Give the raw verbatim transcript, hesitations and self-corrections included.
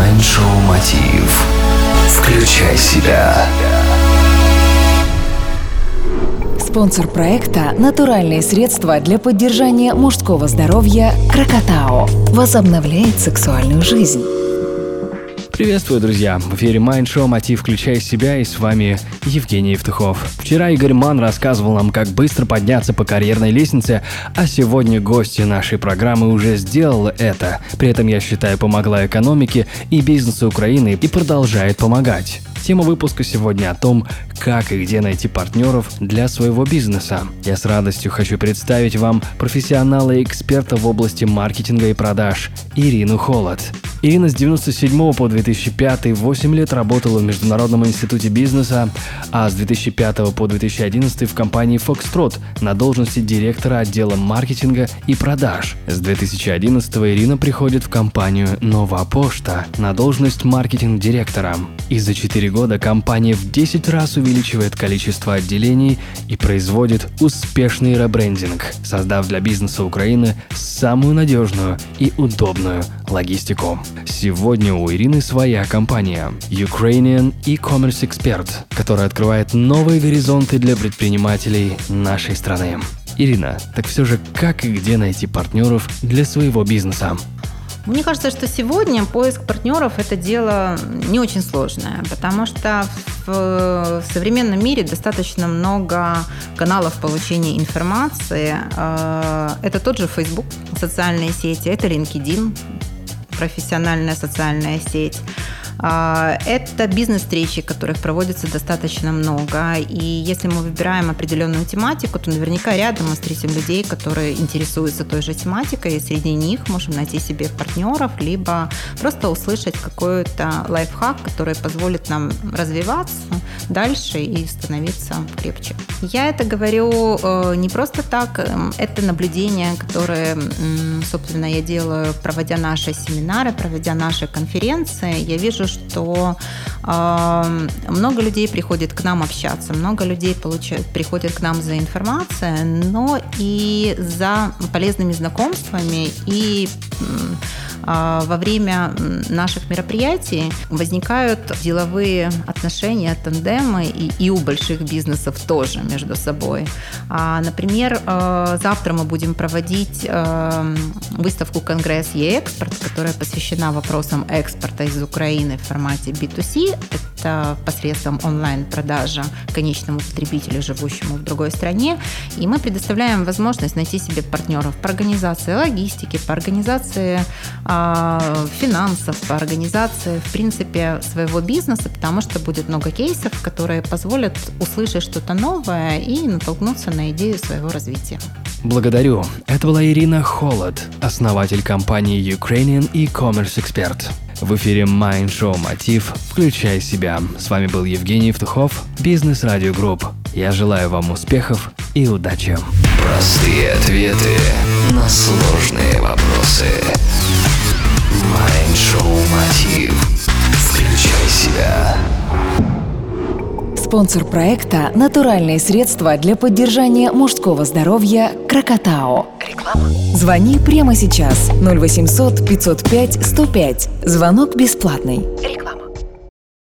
Майнд-шоу «Мотив». Включай себя. Спонсор проекта – натуральные средства для поддержания мужского здоровья «Крокотао». Возобновляет сексуальную жизнь. Приветствую, друзья! В эфире Майнд-шоу «Мотив. Включай себя» и с вами Евгений Евтухов. Вчера Игорь Манн рассказывал нам, как быстро подняться по карьерной лестнице, а сегодня гости нашей программы уже сделала это. При этом, я считаю, помогла экономике и бизнесу Украины и продолжает помогать. Тема выпуска сегодня о том, как и где найти партнеров для своего бизнеса. Я с радостью хочу представить вам профессионала и эксперта в области маркетинга и продаж Ирину Холод. Ирина с девяносто седьмого по две тысячи пятый восемь лет работала в Международном институте бизнеса, а с две тысячи пятого по две тысячи одиннадцатый в компании Foxtrot на должности директора отдела маркетинга и продаж. С две тысячи одиннадцатого Ирина приходит в компанию «Нова Пошта» на должность маркетинг-директора. И за четыре года компания в десять раз увеличивает количество отделений и производит успешный ребрендинг, создав для бизнеса Украины самую надежную и удобную логистику. Сегодня у Ирины своя компания Ukrainian E-Commerce Expert, которая открывает новые горизонты для предпринимателей нашей страны. Ирина, так все же как и где найти партнеров для своего бизнеса? Мне кажется, что сегодня поиск партнеров – это дело не очень сложное, потому что в современном мире достаточно много каналов получения информации. Это тот же Facebook, социальные сети, это LinkedIn, профессиональная социальная сеть. Это бизнес-встречи, которых проводится достаточно много. И если мы выбираем определенную тематику, то наверняка рядом мы встретим людей, которые интересуются той же тематикой, и среди них можем найти себе партнеров, либо просто услышать какой-то лайфхак, который позволит нам развиваться дальше и становиться крепче. Я это говорю не просто так, это наблюдения, которые, собственно, я делаю, проводя наши семинары, проводя наши конференции. Я вижу, что э, много людей приходит к нам общаться, много людей получают, приходят к нам за информацией, но и за полезными знакомствами. И э, во время наших мероприятий возникают деловые отношения, тандемы, и, и у больших бизнесов тоже между собой. А, например, э, завтра мы будем проводить э, выставку «Конгресс E-Export», которая посвящена вопросам экспорта из Украины в формате би ту си, это посредством онлайн-продажи конечному потребителю, живущему в другой стране. И мы предоставляем возможность найти себе партнеров по организации логистики, по организации э, финансов, по организации, в принципе, своего бизнеса, потому что будет много кейсов, которые позволят услышать что-то новое и натолкнуться на идею своего развития. Благодарю. Это была Ирина Холод, основатель компании Ukrainian E-Commerce Expert. В эфире Майнд-шоу «Мотив. Включай себя». С вами был Евгений Евтухов, Бизнес Радио Групп. Я желаю вам успехов и удачи. Простые ответы на сложные вопросы. Майнд-шоу «Мотив». Включай себя. Спонсор проекта – натуральные средства для поддержания мужского здоровья «Крокотао». Реклама. Звони прямо сейчас. ноль восемьсот пятьсот пять сто пять. Звонок бесплатный. Реклама.